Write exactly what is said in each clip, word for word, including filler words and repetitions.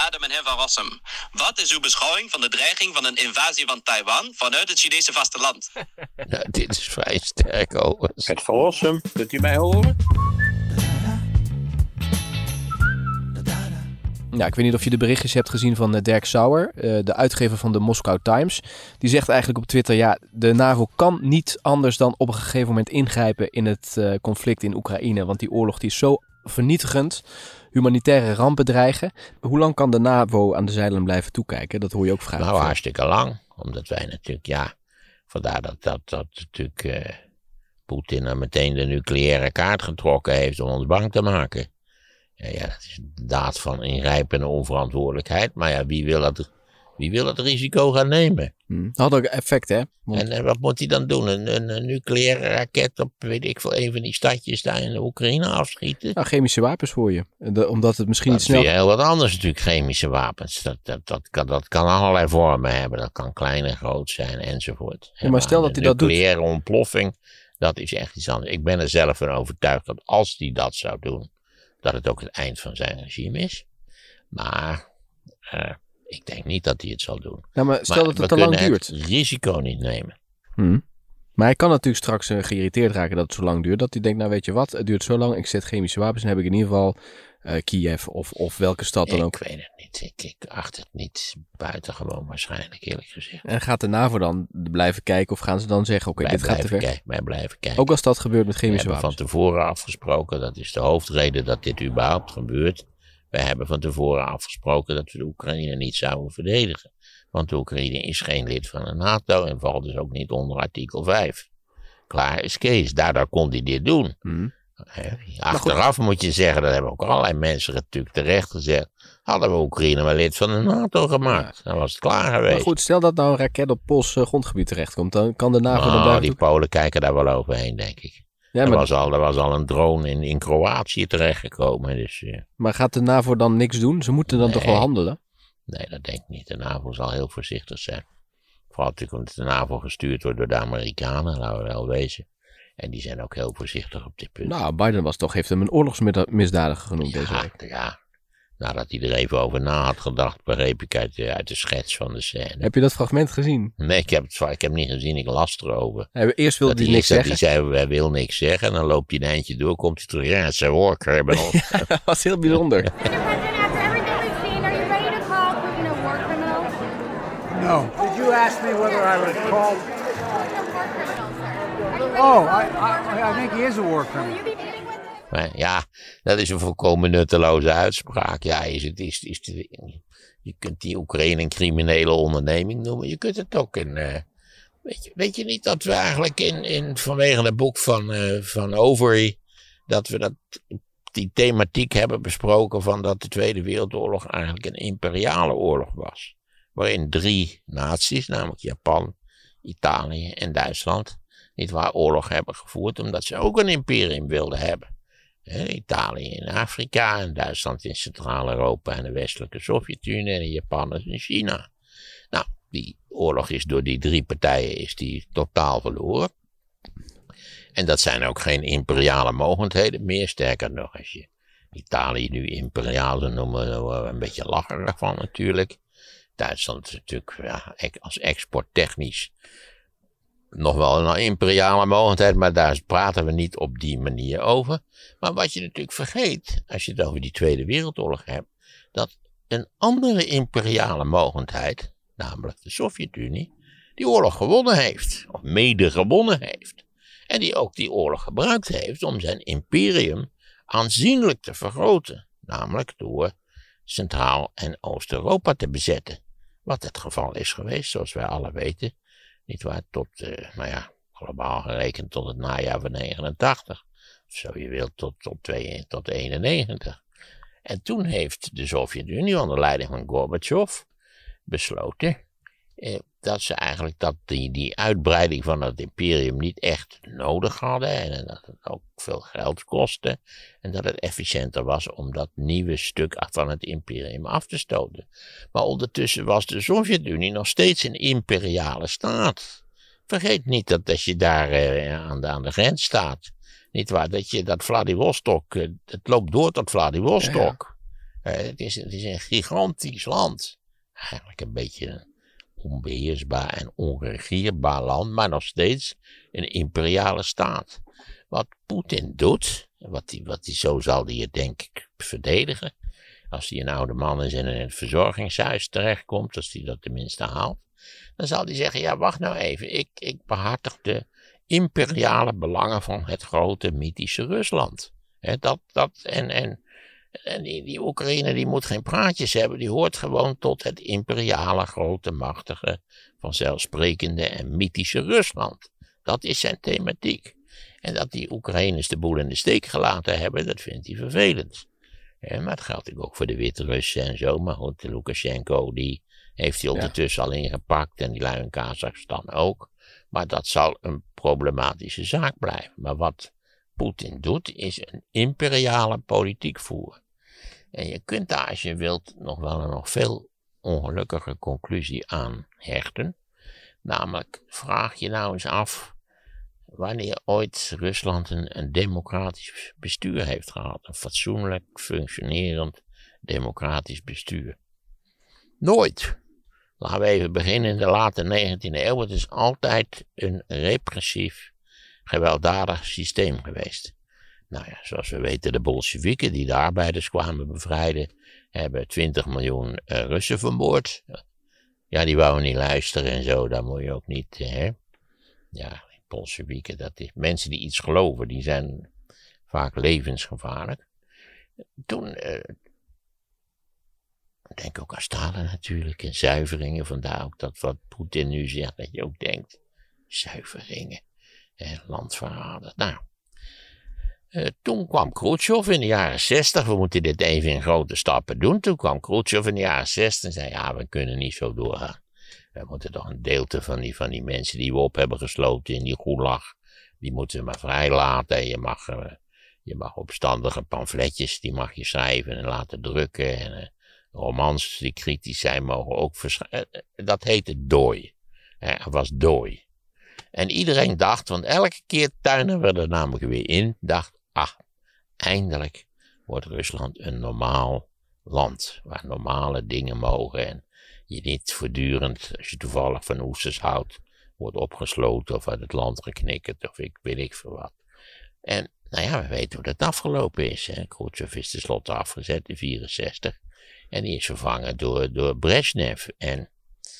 Waarde meneer Van Rossum, wat is uw beschouwing van de dreiging van een invasie van Taiwan vanuit het Chinese vasteland? Nou, dit is vrij sterk, overigens. Het Van Rossum, kunt u mij horen? Ja, ik weet niet of je de berichtjes hebt gezien van uh, Dirk Sauer, uh, de uitgever van de Moscow Times. Die zegt eigenlijk op Twitter, ja, de NAVO kan niet anders dan op een gegeven moment ingrijpen in het uh, conflict in Oekraïne. Want die oorlog die is zo vernietigend, humanitaire rampen dreigen. Hoe lang kan de NAVO aan de zijlijn blijven toekijken? Dat hoor je ook vragen. Nou, hartstikke lang. Omdat wij natuurlijk, ja, vandaar dat, dat, dat natuurlijk uh, Poetin dan meteen de nucleaire kaart getrokken heeft om ons bang te maken. Ja, ja, dat is een daad van ingrijpende onverantwoordelijkheid. Maar ja, wie wil dat, wie wil dat risico gaan nemen? Hmm. Dat had ook effect, hè? Want... En, en wat moet hij dan doen? Een, een, een nucleaire raket op, weet ik veel, een van die stadjes daar in de Oekraïne afschieten? Nou, chemische wapens voor je. De, omdat het misschien dat niet snel... Dat is heel wat anders natuurlijk, chemische wapens. Dat, dat, dat, kan, dat kan allerlei vormen hebben. Dat kan klein en groot zijn, enzovoort. Ja, maar stel dat hij dat doet... nucleaire ontploffing, dat is echt iets anders. Ik ben er zelf van overtuigd dat als hij dat zou doen, dat het ook het eind van zijn regime is. Maar uh, ik denk niet dat hij het zal doen. Nou, maar stel maar dat het te lang duurt. Het risico niet nemen. Hmm. Maar hij kan natuurlijk straks uh, geïrriteerd raken dat het zo lang duurt. Dat hij denkt, nou weet je wat, het duurt zo lang. Ik zet chemische wapens en heb ik in ieder geval uh, Kiev of, of welke stad dan ik ook. Ik weet het niet. Ik, ik acht het niet buitengewoon waarschijnlijk, eerlijk gezegd. En gaat de NAVO dan blijven kijken of gaan ze dan zeggen, oké, okay, dit gaat te ver? Kijk, wij blijven kijken. Ook als dat gebeurt met chemische wapens. We wapens. hebben van tevoren afgesproken, dat is de hoofdreden dat dit überhaupt gebeurt. We hebben van tevoren afgesproken dat we de Oekraïne niet zouden verdedigen. Want de Oekraïne is geen lid van de NATO en valt dus ook niet onder artikel vijf. Klaar is Kees, daardoor kon hij dit doen. Hmm. Achteraf moet je zeggen, dat hebben ook allerlei mensen natuurlijk terecht gezegd. Hadden we Oekraïne maar lid van de NATO gemaakt, ja. Dan was het klaar geweest. Maar goed, stel dat nou een raket op Pools uh, grondgebied terechtkomt, dan kan de NAVO... Nou, dan blijven die toe... Polen kijken daar wel overheen, denk ik. Ja, er, maar... was al, er was al een drone in, in Kroatië terechtgekomen. Dus, uh... Maar gaat de NAVO dan niks doen? Ze moeten dan nee. toch wel handelen? Nee, dat denk ik niet. De NAVO zal heel voorzichtig zijn. Vooral natuurlijk omdat de NAVO gestuurd wordt door de Amerikanen, laten we wel wezen. En die zijn ook heel voorzichtig op dit punt. Nou, Biden was toch, heeft hem een oorlogsmisdadiger genoemd ja, deze week. Ja, nadat hij er even over na had gedacht, begreep ik uit de, uit de schets van de scène. Heb je dat fragment gezien? Nee, ik heb het, ik heb het niet gezien, ik las erover. Hij, eerst wilde hij niks zeggen. Die zei, hij wil niks zeggen. En dan loopt hij een eindje door, komt hij terug. Ja, het is een war criminal. Ja, dat was heel bijzonder. No. Did you ask me whether I was called? Oh, I, I, I think he is a war criminal. Maar ja, dat is een volkomen nutteloze uitspraak. Ja, is het, is, is het, je kunt die Oekraïne een criminele onderneming noemen. Je kunt het ook een... Uh, weet, je, weet je niet dat we eigenlijk in, in, vanwege het boek van, uh, van Overy, dat we dat, die thematiek hebben besproken van dat de Tweede Wereldoorlog eigenlijk een imperiale oorlog was. Waarin drie naties, namelijk Japan, Italië en Duitsland, niet waar oorlog hebben gevoerd, omdat ze ook een imperium wilden hebben. He, Italië in Afrika en Duitsland in Centraal-Europa en de westelijke Sovjet-Unie en de Japanners in China. Nou, die oorlog is door die drie partijen is die totaal verloren. En dat zijn ook geen imperiale mogendheden meer. Sterker nog, als je Italië nu imperiaal zou noemen, dan worden we een beetje lacherig van natuurlijk. Duitsland is natuurlijk ja, als exporttechnisch nog wel een imperiale mogendheid, maar daar praten we niet op die manier over. Maar wat je natuurlijk vergeet, als je het over die Tweede Wereldoorlog hebt, dat een andere imperiale mogendheid, namelijk de Sovjet-Unie, die oorlog gewonnen heeft, of mede gewonnen heeft. En die ook die oorlog gebruikt heeft om zijn imperium aanzienlijk te vergroten, namelijk door Centraal- en Oost-Europa te bezetten. Wat het geval is geweest, zoals wij alle weten. Niet waar, tot, uh, nou ja, globaal gerekend tot het najaar van negenentachtig. Of zo je wilt, tot, tot, twee, tot eenennegentig. En toen heeft de Sovjet-Unie onder leiding van Gorbachev besloten eh, dat ze eigenlijk dat die, die uitbreiding van het imperium niet echt nodig hadden. En dat het ook veel geld kostte. En dat het efficiënter was om dat nieuwe stuk van het imperium af te stoten. Maar ondertussen was de Sovjet-Unie nog steeds een imperiale staat. Vergeet niet dat als je daar eh, aan, de, aan de grens staat, niet waar, dat je dat Vladivostok, eh, het loopt door tot Vladivostok. Ja, ja. Uh, het, is, het is een gigantisch land. Eigenlijk een beetje een onbeheersbaar en onregeerbaar land, maar nog steeds een imperiale staat. Wat Poetin doet, wat hij wat zo zal hij het denk ik verdedigen, als hij een oude man is en in het verzorgingshuis terechtkomt, als hij dat tenminste haalt, dan zal hij zeggen, ja wacht nou even, ik, ik behartig de imperiale belangen van het grote mythische Rusland. He, dat, dat, en en, en die, die Oekraïne die moet geen praatjes hebben, die hoort gewoon tot het imperiale, grote, machtige, vanzelfsprekende en mythische Rusland. Dat is zijn thematiek. En dat die Oekraïners de boel in de steek gelaten hebben, dat vindt hij vervelend. Ja, maar dat geldt ook voor de Wit-Russen en zo. Maar goed, de Lukashenko, die heeft hij ondertussen ja. al ingepakt. En die lui in Kazachstan ook. Maar dat zal een problematische zaak blijven. Maar wat Poetin doet, is een imperiale politiek voeren. En je kunt daar, als je wilt, nog wel een nog veel ongelukkige conclusie aan hechten. Namelijk, vraag je nou eens af wanneer ooit Rusland een, een democratisch bestuur heeft gehad. Een fatsoenlijk, functionerend, democratisch bestuur. Nooit. Laten we even beginnen in de late negentiende eeuw. Het is altijd een repressief, gewelddadig systeem geweest. Nou ja, zoals we weten, de Bolsjewieken die de arbeiders kwamen bevrijden, hebben twintig miljoen uh, Russen vermoord. Ja, die wouden niet luisteren en zo, dat moet je ook niet, hè. Ja, Bolsjewieken, dat is mensen die iets geloven, die zijn vaak levensgevaarlijk. Toen, uh, denk ook aan Stalin natuurlijk, en zuiveringen, vandaar ook dat wat Poetin nu zegt, dat je ook denkt, zuiveringen, eh, landverraden. Nou, uh, toen kwam Khrushchev in de jaren zestig, we moeten dit even in grote stappen doen, toen kwam Khrushchev in de jaren zestig en zei, ja, we kunnen niet zo doorgaan. We moeten toch een deelte van die, van die mensen die we op hebben gesloten in die gulag, die moeten we maar vrijlaten. Je mag, uh, je mag opstandige pamfletjes, die mag je schrijven en laten drukken. En uh, romans die kritisch zijn, mogen ook verschijnen. Uh, dat heette dooi. Het uh, was dooi. En iedereen dacht, want elke keer tuinen we er namelijk weer in, dacht, ah, eindelijk wordt Rusland een normaal land, waar normale dingen mogen en je niet voortdurend, als je toevallig van oesters houdt, wordt opgesloten of uit het land geknikkerd of ik weet ik veel wat. En nou ja, we weten hoe dat afgelopen is. Hè. Khrushchev is tenslotte afgezet in vierenzestig en die is vervangen door, door Brezhnev. En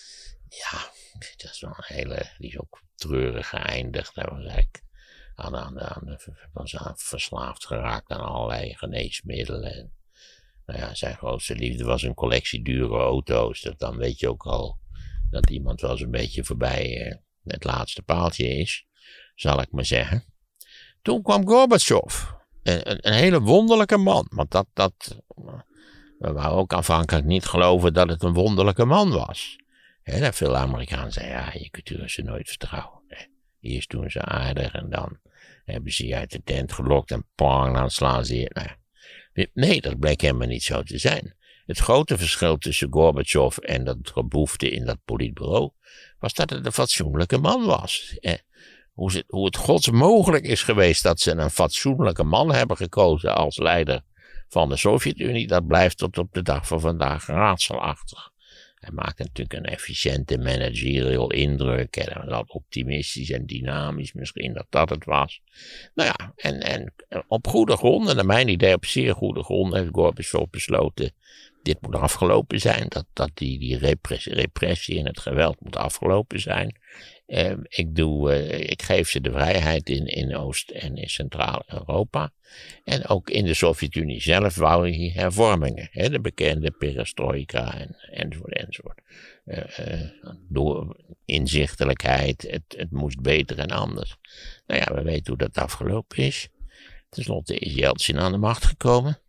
ja, dat is wel een hele, die is ook treurig geëindigd. Hij was eigenlijk aan, aan, aan, was aan verslaafd geraakt aan allerlei geneesmiddelen. En, nou ja, zijn grootste liefde was een collectie dure auto's. Dat dan weet je ook al dat iemand wel eens een beetje voorbij eh, het laatste paaltje is, zal ik maar zeggen. Toen kwam Gorbachev. Een, een, een hele wonderlijke man. Want dat, dat, we waren ook aanvankelijk niet geloven dat het een wonderlijke man was. He, dat veel Amerikanen zeiden, ja, je kunt Russen nooit vertrouwen. He, eerst doen ze aardig en dan hebben ze je uit de tent gelokt en pang, dan slaan ze je. Nou, nee, dat bleek helemaal niet zo te zijn. Het grote verschil tussen Gorbachev en dat geboefte in dat politbureau was dat het een fatsoenlijke man was. Eh, hoe, het, hoe het gods mogelijk is geweest dat ze een fatsoenlijke man hebben gekozen als leider van de Sovjet-Unie, dat blijft tot op de dag van vandaag raadselachtig. Hij maakte natuurlijk een efficiënte managerial indruk en hij was optimistisch en dynamisch, misschien dat dat het was. Nou ja, en, en op goede gronden, naar mijn idee op zeer goede gronden, heeft Gorbachev besloten, dit moet afgelopen zijn, dat, dat die, die repressie, repressie en het geweld moet afgelopen zijn. Eh, ik, doe, eh, ik geef ze de vrijheid in, in Oost- en in Centraal-Europa. En ook in de Sovjet-Unie zelf wou hij hervormingen. Hè, de bekende perestroika en, enzovoort enzovoort. Uh, uh, door inzichtelijkheid, het, het moest beter en anders. Nou ja, we weten hoe dat afgelopen is. Ten slotte is Yeltsin aan de macht gekomen.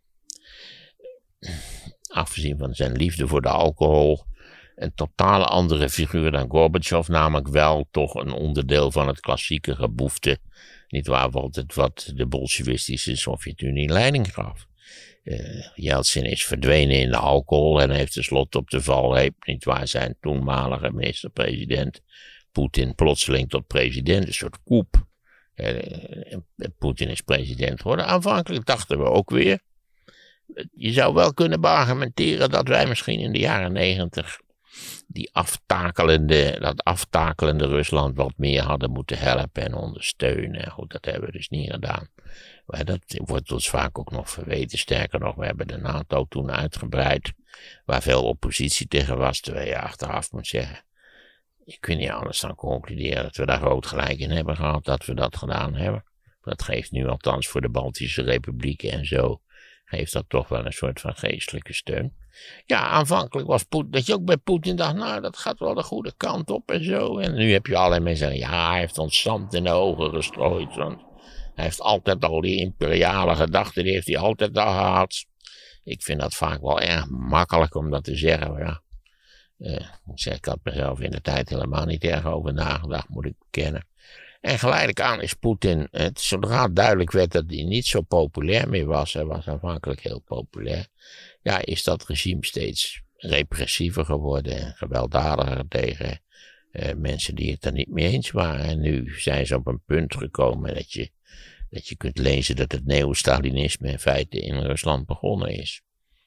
Afgezien van zijn liefde voor de alcohol. Een totaal andere figuur dan Gorbachev, namelijk wel toch een onderdeel van het klassieke geboefte. Niet waar, wat, het, wat de bolsjewistische Sovjet-Unie leiding gaf. Uh, Yeltsin is verdwenen in de alcohol en heeft tenslotte op de valreep, niet waar, zijn toenmalige minister-president Poetin plotseling tot president, een soort coup. Uh, Poetin is president geworden. Aanvankelijk dachten we ook weer, je zou wel kunnen beargumenteren dat wij misschien in de jaren negentig die aftakelende, dat aftakelende Rusland wat meer hadden moeten helpen en ondersteunen. Goed, dat hebben we dus niet gedaan. Maar dat wordt ons vaak ook nog verweten. Sterker nog, we hebben de NATO toen uitgebreid, waar veel oppositie tegen was, terwijl je achteraf moet zeggen, je kunt niet anders dan concluderen dat we daar groot gelijk in hebben gehad, dat we dat gedaan hebben. Dat geeft nu althans voor de Baltische Republieken en zo, geeft dat toch wel een soort van geestelijke steun. Ja, aanvankelijk was Poetin, dat je ook bij Poetin dacht, nou, dat gaat wel de goede kant op en zo. En nu heb je allerlei mensen die zeggen, ja, hij heeft ons zand in de ogen gestrooid. Want hij heeft altijd al die imperiale gedachten, die heeft hij altijd al gehad. Ik vind dat vaak wel erg makkelijk om dat te zeggen, maar ja. Uh, ik zeg, ik had mezelf in de tijd helemaal niet erg over nagedacht, moet ik bekennen. En geleidelijk aan is Poetin, het, zodra het duidelijk werd dat hij niet zo populair meer was, hij was aanvankelijk heel populair, ja, is dat regime steeds repressiever geworden en gewelddadiger tegen uh, mensen die het er niet mee eens waren. En nu zijn ze op een punt gekomen dat je, dat je kunt lezen dat het neo-Stalinisme in feite in Rusland begonnen is.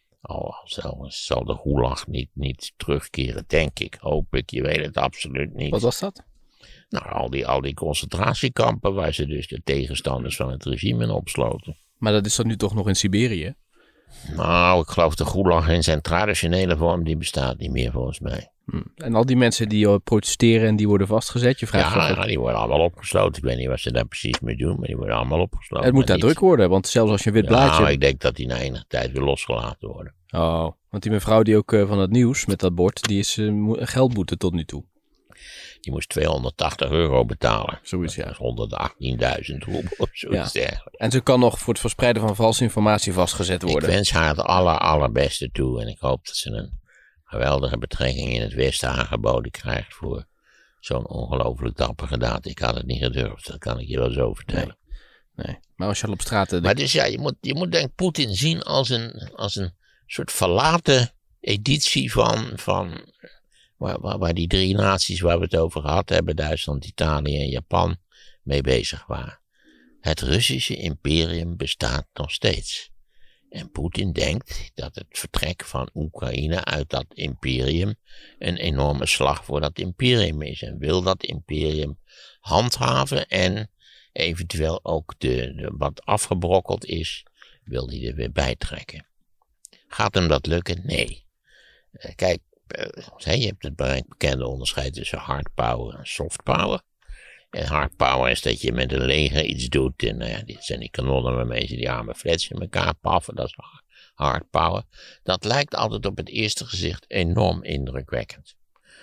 Al zal, zal de Gulag niet, niet terugkeren, denk ik, hoop ik, je weet het absoluut niet. Wat was dat? Nou, al die, al die concentratiekampen waar ze dus de tegenstanders van het regime in opsloten. Maar dat is dan nu toch nog in Siberië? Nou, ik geloof de Gulag in zijn traditionele vorm, die bestaat niet meer volgens mij. Hm. En al die mensen die uh, protesteren en die worden vastgezet, je vraagt ja, zich ja, die worden allemaal opgesloten. Ik weet niet wat ze daar precies mee doen, maar die worden allemaal opgesloten. Het moet daar niet... druk worden, want zelfs als je een wit blaadje... Nou, ik denk dat die na enige tijd weer losgelaten worden. Oh, want die mevrouw die ook uh, van het nieuws met dat bord, die is uh, geldboete tot nu toe. Die moest tweehonderdtachtig euro betalen. Zoiets, ja. Dat is honderdachttienduizend roebel of zoiets ja. dergelijks. En ze kan nog voor het verspreiden van valse informatie vastgezet worden. Ik wens haar het aller, allerbeste toe. En ik hoop dat ze een geweldige betrekking in het Westen aangeboden krijgt voor zo'n ongelooflijk dappere daad. Ik had het niet gedurfd, dat kan ik je wel zo vertellen. Nee, nee. Maar als je al op straat... Uh, maar dus ja, je moet, je moet denk ik Poetin zien als een, als een soort verlaten editie van... van Waar, waar, waar die drie naties waar we het over gehad hebben, Duitsland, Italië en Japan, mee bezig waren. Het Russische imperium bestaat nog steeds. En Poetin denkt dat het vertrek van Oekraïne uit dat imperium een enorme slag voor dat imperium is. En wil dat imperium handhaven en eventueel ook de, de, wat afgebrokkeld is, wil hij er weer bij trekken. Gaat hem dat lukken? Nee. Uh, kijk. Je hebt het bekende onderscheid tussen hard power en soft power. En hard power is dat je met een leger iets doet. En nou ja, dit zijn die kanonnen waarmee ze die arme flats in elkaar paffen. Dat is hard power. Dat lijkt altijd op het eerste gezicht enorm indrukwekkend.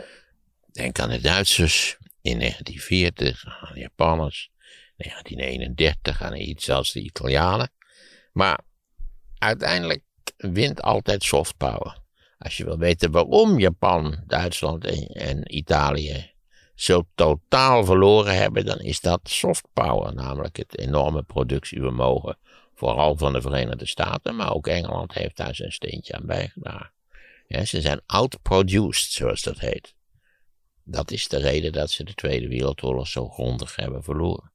Denk aan de Duitsers in negentien veertig, aan de Japanners, negentien eenendertig, aan iets als de Italianen. Maar uiteindelijk wint altijd soft power. Als je wil weten waarom Japan, Duitsland en, en Italië zo totaal verloren hebben, dan is dat soft power, namelijk het enorme productievermogen, vooral van de Verenigde Staten, maar ook Engeland heeft daar zijn steentje aan bijgedragen. Ja, ze zijn outproduced, zoals dat heet. Dat is de reden dat ze de Tweede Wereldoorlog zo grondig hebben verloren.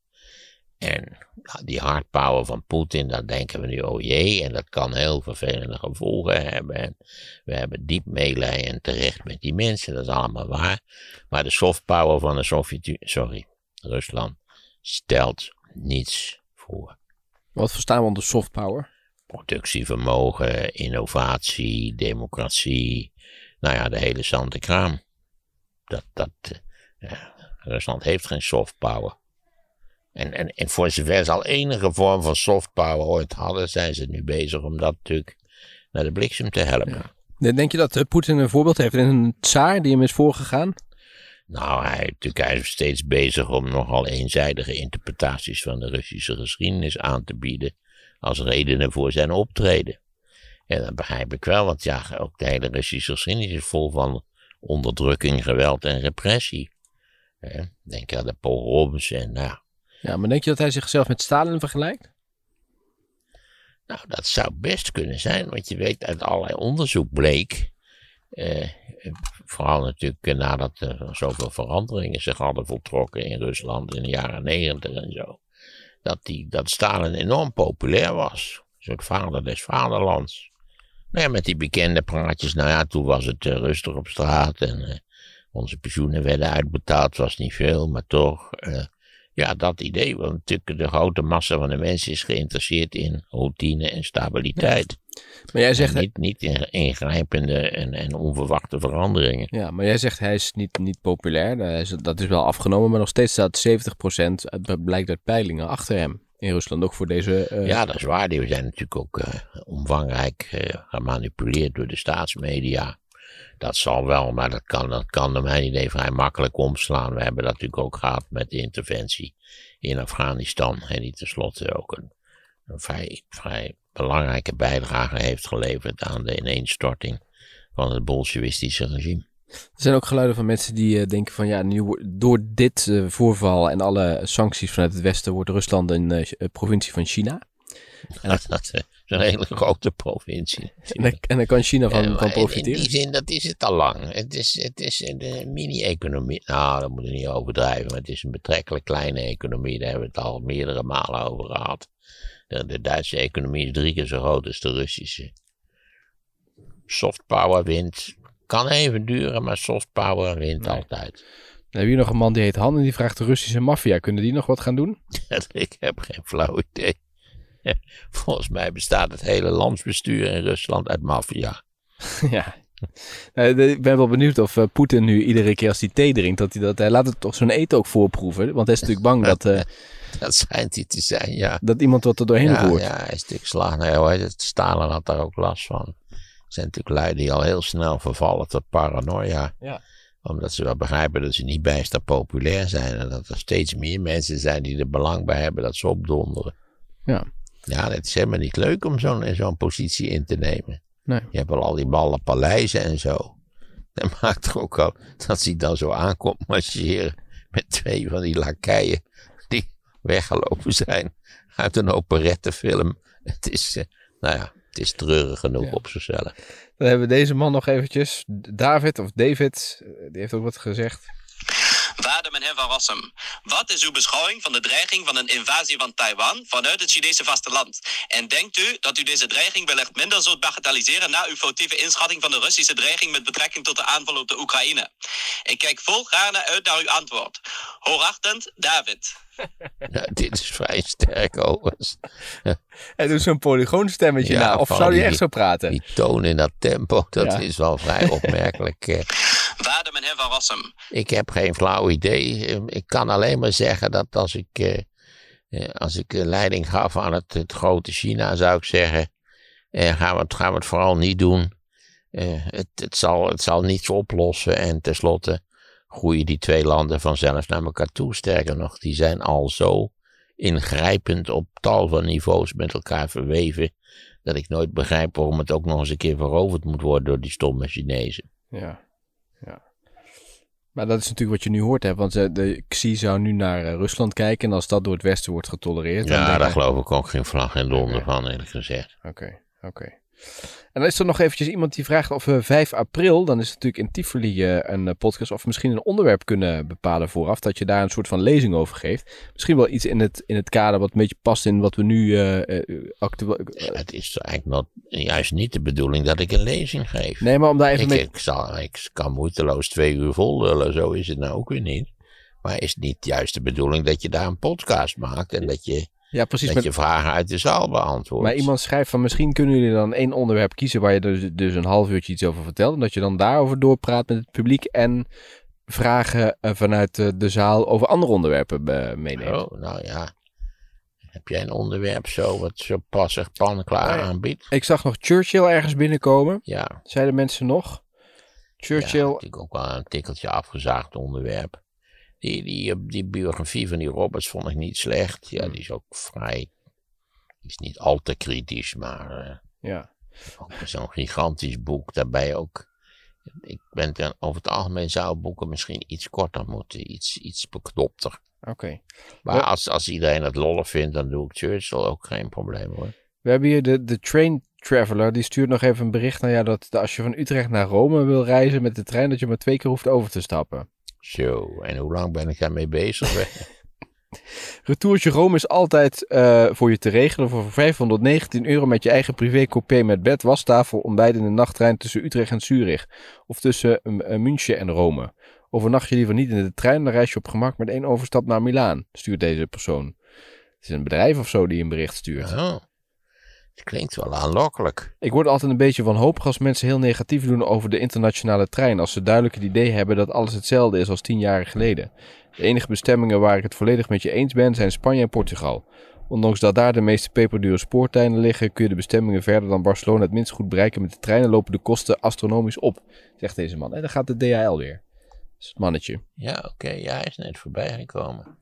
En die hard power van Poetin, daar denken we nu, oh jee, en dat kan heel vervelende gevolgen hebben. En we hebben diep meelijden terecht met die mensen, dat is allemaal waar. Maar de soft power van de Sovjet-Unie, sorry, Rusland, stelt niets voor. Wat verstaan we onder soft power? Productievermogen, innovatie, democratie, nou ja, de hele zante kraam. Dat, dat, ja, Rusland heeft geen soft power. En, en, en voor zover ze al enige vorm van soft power ooit hadden, zijn ze nu bezig om dat natuurlijk naar de bliksem te helpen. Ja. Denk je dat uh, Poetin een voorbeeld heeft in een tsaar die hem is voorgegaan? Nou, hij, natuurlijk, hij is steeds bezig om nogal eenzijdige interpretaties van de Russische geschiedenis aan te bieden als redenen voor zijn optreden. En dat begrijp ik wel, want ja, ook de hele Russische geschiedenis is vol van onderdrukking, geweld en repressie. Denk aan de pogroms en nou. Ja, maar denk je dat hij zichzelf met Stalin vergelijkt? Nou, dat zou best kunnen zijn, want je weet uit allerlei onderzoek bleek, eh, vooral natuurlijk nadat er zoveel veranderingen zich hadden voltrokken in Rusland in de jaren negentig en zo, dat, die, dat Stalin enorm populair was. Een soort vader des vaderlands. Nou ja, met die bekende praatjes. Nou ja, toen was het uh, rustig op straat. En uh, onze pensioenen werden uitbetaald. Was niet veel, maar toch. Uh, ja, dat idee. Want natuurlijk de grote massa van de mensen is geïnteresseerd in routine en stabiliteit. Ja. Maar jij zegt... En niet, niet in ingrijpende en, en onverwachte veranderingen. Ja, maar jij zegt hij is niet, niet populair. Hij is, dat is wel afgenomen. Maar nog steeds staat zeventig procent, blijkt uit peilingen, achter hem. In Rusland ook voor deze... Uh... Ja, dat is waar. Die zijn natuurlijk ook uh, omvangrijk uh, gemanipuleerd door de staatsmedia. Dat zal wel, maar dat kan, dat kan naar mijn idee vrij makkelijk omslaan. We hebben dat natuurlijk ook gehad met de interventie in Afghanistan. En die tenslotte ook een, een vrij, vrij belangrijke bijdrage heeft geleverd aan de ineenstorting van het bolsjewistische regime. Er zijn ook geluiden van mensen die uh, denken van ja, nu door dit uh, voorval en alle sancties vanuit het Westen wordt Rusland een uh, provincie van China. En dat, dat is een hele grote provincie. En dan, en dan kan China van, uh, van profiteren. In die zin, dat is het al lang. Het is, het is een mini-economie. Nou, dat moet je niet overdrijven, maar het is een betrekkelijk kleine economie. Daar hebben we het al meerdere malen over gehad. De, de Duitse economie is drie keer zo groot als de Russische. Soft power wint. Kan even duren, maar soft power wint nee. altijd. Dan heb je hier nog een man die heet Han en die vraagt de Russische maffia. Kunnen die nog wat gaan doen? Ik heb geen flauw idee. Volgens mij bestaat het hele landsbestuur in Rusland uit maffia. Ja. Ik ben wel benieuwd of uh, Poetin nu iedere keer als hij thee drinkt, dat hij dat hij laat het toch zo'n eten ook voorproeven. Want hij is natuurlijk bang dat... Uh, dat schijnt hij te zijn, ja. Dat iemand wat er doorheen ja, roert. Ja, hij is natuurlijk slag. Nou, ja, Stalin had daar ook last van. Er zijn natuurlijk lui die al heel snel vervallen tot paranoia. Ja. Omdat ze wel begrijpen dat ze niet bijster populair zijn. En dat er steeds meer mensen zijn die er belang bij hebben dat ze opdonderen. Ja. Ja, het is helemaal niet leuk om zo'n, zo'n positie in te nemen. Nee. Je hebt wel al die malle paleizen en zo. Dat maakt toch ook al dat hij dan zo aankomt marcheren met twee van die lakeien die weggelopen zijn uit een operettefilm. Het is, uh, nou ja, het is treurig genoeg ja. op zichzelf. Dan hebben we deze man nog eventjes. David of David, die heeft ook wat gezegd. Waarde meneer Van Rossum, wat is uw beschouwing van de dreiging van een invasie van Taiwan vanuit het Chinese vasteland? En denkt u dat u deze dreiging wellicht minder zult bagatelliseren na uw foutieve inschatting van de Russische dreiging met betrekking tot de aanval op de Oekraïne? Ik kijk vol gaarne uit naar uw antwoord. Hoogachtend, David. Ja, dit is vrij sterk overigens. Hij doet zo'n polygoonstemmetje ja, na. Of zou hij echt zo praten? Die toon in dat tempo, dat ja. is wel vrij opmerkelijk. Waarde meneer Van Rossum. Ik heb geen flauw idee. Ik kan alleen maar zeggen dat als ik, eh, als ik leiding gaf aan het, het grote China, zou ik zeggen, eh, gaan, we het, gaan we het vooral niet doen. Eh, het, het, zal, het zal niets oplossen en tenslotte groeien die twee landen vanzelf naar elkaar toe. Sterker nog, die zijn al zo ingrijpend op tal van niveaus met elkaar verweven, dat ik nooit begrijp waarom het ook nog eens een keer veroverd moet worden door die stomme Chinezen. Ja, ja. Maar dat is natuurlijk wat je nu hoort, hè? Want de Xi zou nu naar uh, Rusland kijken en als dat door het Westen wordt getolereerd... Ja, daar hij... geloof ik ook geen vlag in donder okay. van, eerlijk gezegd. Oké, okay, oké. Okay. En dan is er nog eventjes iemand die vraagt of we vijf april, dan is het natuurlijk in Tivoli uh, een uh, podcast, of we misschien een onderwerp kunnen bepalen vooraf, dat je daar een soort van lezing over geeft. Misschien wel iets in het, in het kader wat een beetje past in wat we nu uh, uh, actueel... Uh, ja, het is eigenlijk not, juist niet de bedoeling dat ik een lezing geef. Nee, maar om daar even ik, mee... Ik, zal, ik kan moeiteloos twee uur vol lullen, zo is het nou ook weer niet. Maar is het niet juist de bedoeling dat je daar een podcast maakt en dat je... Ja, precies. Dat met... je vragen uit de zaal beantwoordt. Maar iemand schrijft van misschien kunnen jullie dan één onderwerp kiezen waar je dus, dus een half uurtje iets over vertelt. En dat je dan daarover doorpraat met het publiek en vragen uh, vanuit uh, de zaal over andere onderwerpen uh, meeneemt. Oh, nou ja. Heb jij een onderwerp zo wat zo passig panklaar oh, ja. aanbiedt? Ik zag nog Churchill ergens binnenkomen. Ja. Zeiden mensen nog? Churchill. Ja, natuurlijk ook wel een tikkeltje afgezaagd onderwerp. Die, die, die biografie van die Roberts vond ik niet slecht. Ja, die is ook vrij... Die is niet al te kritisch, maar... Uh, ja. Ook zo'n gigantisch boek. Daarbij ook... Ik ben ten, over het algemeen zou boeken misschien iets korter moeten. Iets, iets beknopter. Oké. Okay. Maar ja. als, als iedereen het lollig vindt, dan doe ik Churchill ook geen probleem hoor. We hebben hier de, de Train Traveler. Die stuurt nog even een bericht naar jou dat als je van Utrecht naar Rome wil reizen met de trein, dat je maar twee keer hoeft over te stappen. Zo, en hoe lang ben ik daarmee bezig? Retourtje Rome is altijd uh, voor je te regelen voor vijfhonderdnegentien euro met je eigen privé-coupé met bed, wastafel, ontbijt in de nachttrein tussen Utrecht en Zurich. Of tussen uh, München en Rome. Overnacht je liever niet in de trein, dan reis je op gemak met één overstap naar Milaan, stuurt deze persoon. Het is een bedrijf of zo die een bericht stuurt. Oh, het klinkt wel aanlokkelijk. Ik word altijd een beetje wanhopig als mensen heel negatief doen over de internationale trein, als ze duidelijk het idee hebben dat alles hetzelfde is als tien jaar geleden. De enige bestemmingen waar ik het volledig met je eens ben zijn Spanje en Portugal. Ondanks dat daar de meeste peperdure spoortijden liggen, kun je de bestemmingen verder dan Barcelona het minst goed bereiken. Met de treinen lopen de kosten astronomisch op, zegt deze man. En dan gaat de D H L weer. Dat is het mannetje. Ja, oké. Okay. Ja, hij is net voorbij gekomen.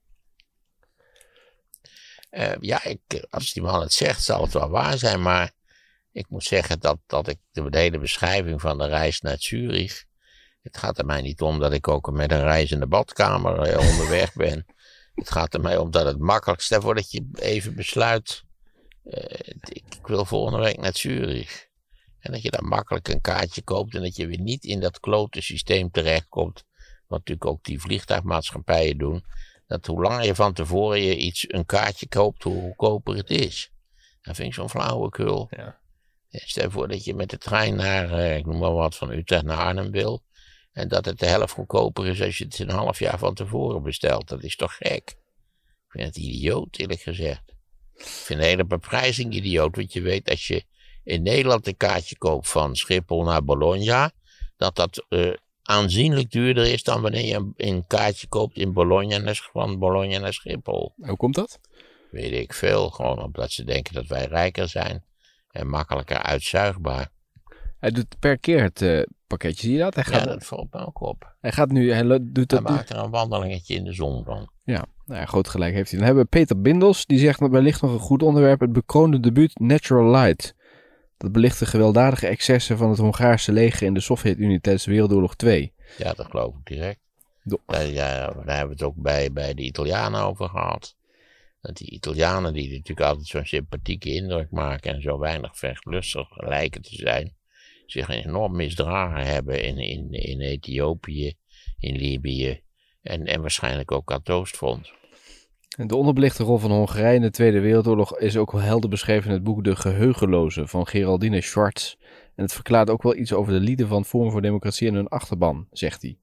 Uh, ja, ik, als die man het zegt, zal het wel waar zijn. Maar ik moet zeggen dat, dat ik de, de hele beschrijving van de reis naar Zurich... Het gaat er mij niet om dat ik ook met een reis in de badkamer uh, onderweg ben. Het gaat er mij om dat het makkelijkste is voordat je even besluit... Uh, ik, ik wil volgende week naar Zurich. En dat je dan makkelijk een kaartje koopt en dat je weer niet in dat klote systeem terechtkomt. Wat natuurlijk ook die vliegtuigmaatschappijen doen. Dat hoe langer je van tevoren je iets, een kaartje koopt, hoe goedkoper het is. Dat vind ik zo'n flauwekul. Ja. Stel je voor dat je met de trein naar, uh, ik noem maar wat, van Utrecht naar Arnhem wil. En dat het de helft goedkoper is als je het een half jaar van tevoren bestelt. Dat is toch gek? Ik vind het idioot, eerlijk gezegd. Ik vind de hele beprijzing idioot. Want je weet, als je in Nederland een kaartje koopt van Schiphol naar Bologna, dat dat uh, aanzienlijk duurder is dan wanneer je een, een kaartje koopt in Bologna naar, van Bologna naar Schiphol. Hoe komt dat? Weet ik veel. Gewoon omdat ze denken dat wij rijker zijn en makkelijker uitzuigbaar. Hij doet per keer het uh, pakketje, zie je dat? Hij gaat, Ja, dat valt me ook op. Hij gaat nu, hij lo- doet dat Hij nu. maakt er een wandelingetje in de zon van. Ja, nou ja, groot gelijk heeft hij. Dan hebben we Peter Bindels, die zegt dat wellicht nog een goed onderwerp, het bekroonde debuut Natural Light. Dat belicht de gewelddadige excessen van het Hongaarse leger in de Sovjet-Unie tijdens Wereldoorlog twee. Ja, dat geloof ik direct. Do- Daar, ja, daar hebben we het ook bij, bij de Italianen over gehad. Dat die Italianen, die natuurlijk altijd zo'n sympathieke indruk maken en zo weinig vechtlustig lijken te zijn, zich enorm misdragen hebben in, in, in Ethiopië, in Libië en, en waarschijnlijk ook aan het Oostfront. En de onderbelichte rol van Hongarije in de Tweede Wereldoorlog is ook wel helder beschreven in het boek De Geheugenlozen van Geraldine Schwartz. En het verklaart ook wel iets over de lieden van Forum voor Democratie en hun achterban, zegt hij.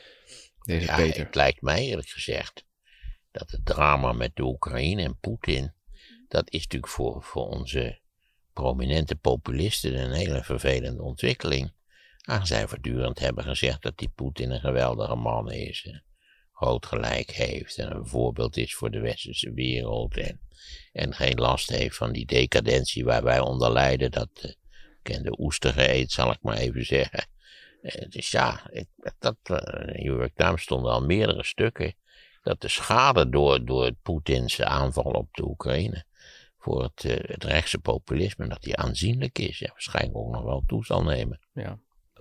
Deze Ja, Peter. het lijkt mij eerlijk gezegd dat het drama met de Oekraïne en Poetin, dat is natuurlijk voor, voor onze prominente populisten een hele vervelende ontwikkeling. Aangezien zij voortdurend hebben gezegd dat die Poetin een geweldige man is, en groot gelijk heeft en een voorbeeld is voor de westerse wereld en, en geen last heeft van die decadentie waar wij onder lijden, dat uh, bekende oestergeëet, zal ik maar even zeggen. Uh, dus ja, ik, dat, uh, in New York Times stonden al meerdere stukken dat de schade door, door Poetins aanval op de Oekraïne voor het, uh, het rechtse populisme, dat die aanzienlijk is. Ja, waarschijnlijk ook nog wel toe zal nemen. Ja.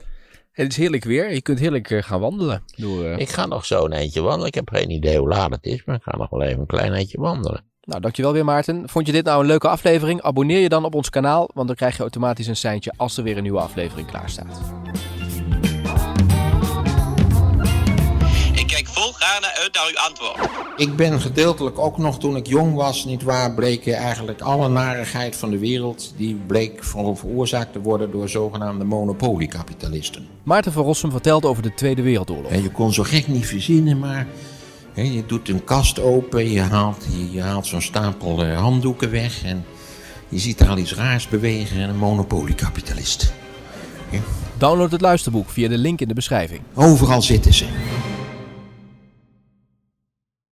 Het is heerlijk weer. Je kunt heerlijk uh, gaan wandelen. Door, uh... Ik ga nog zo een eindje wandelen. Ik heb geen idee hoe laat het is, maar ik ga nog wel even een klein eindje wandelen. Nou, dankjewel weer Maarten. Vond je dit nou een leuke aflevering? Abonneer je dan op ons kanaal, want dan krijg je automatisch een seintje als er weer een nieuwe aflevering klaar staat. Ik kijk vol gaarne uit naar uw antwoord. Ik ben gedeeltelijk ook nog toen ik jong was, nietwaar, bleek eigenlijk alle narigheid van de wereld, die bleek vooral veroorzaakt te worden door zogenaamde monopoliekapitalisten. Maarten van Rossum vertelt over de Tweede Wereldoorlog. En je kon zo gek niet verzinnen, maar hè, je doet een kast open, je haalt, je, je haalt zo'n stapel uh, handdoeken weg en je ziet er al iets raars bewegen en een monopoliekapitalist. Ja. Download het luisterboek via de link in de beschrijving. Overal zitten ze.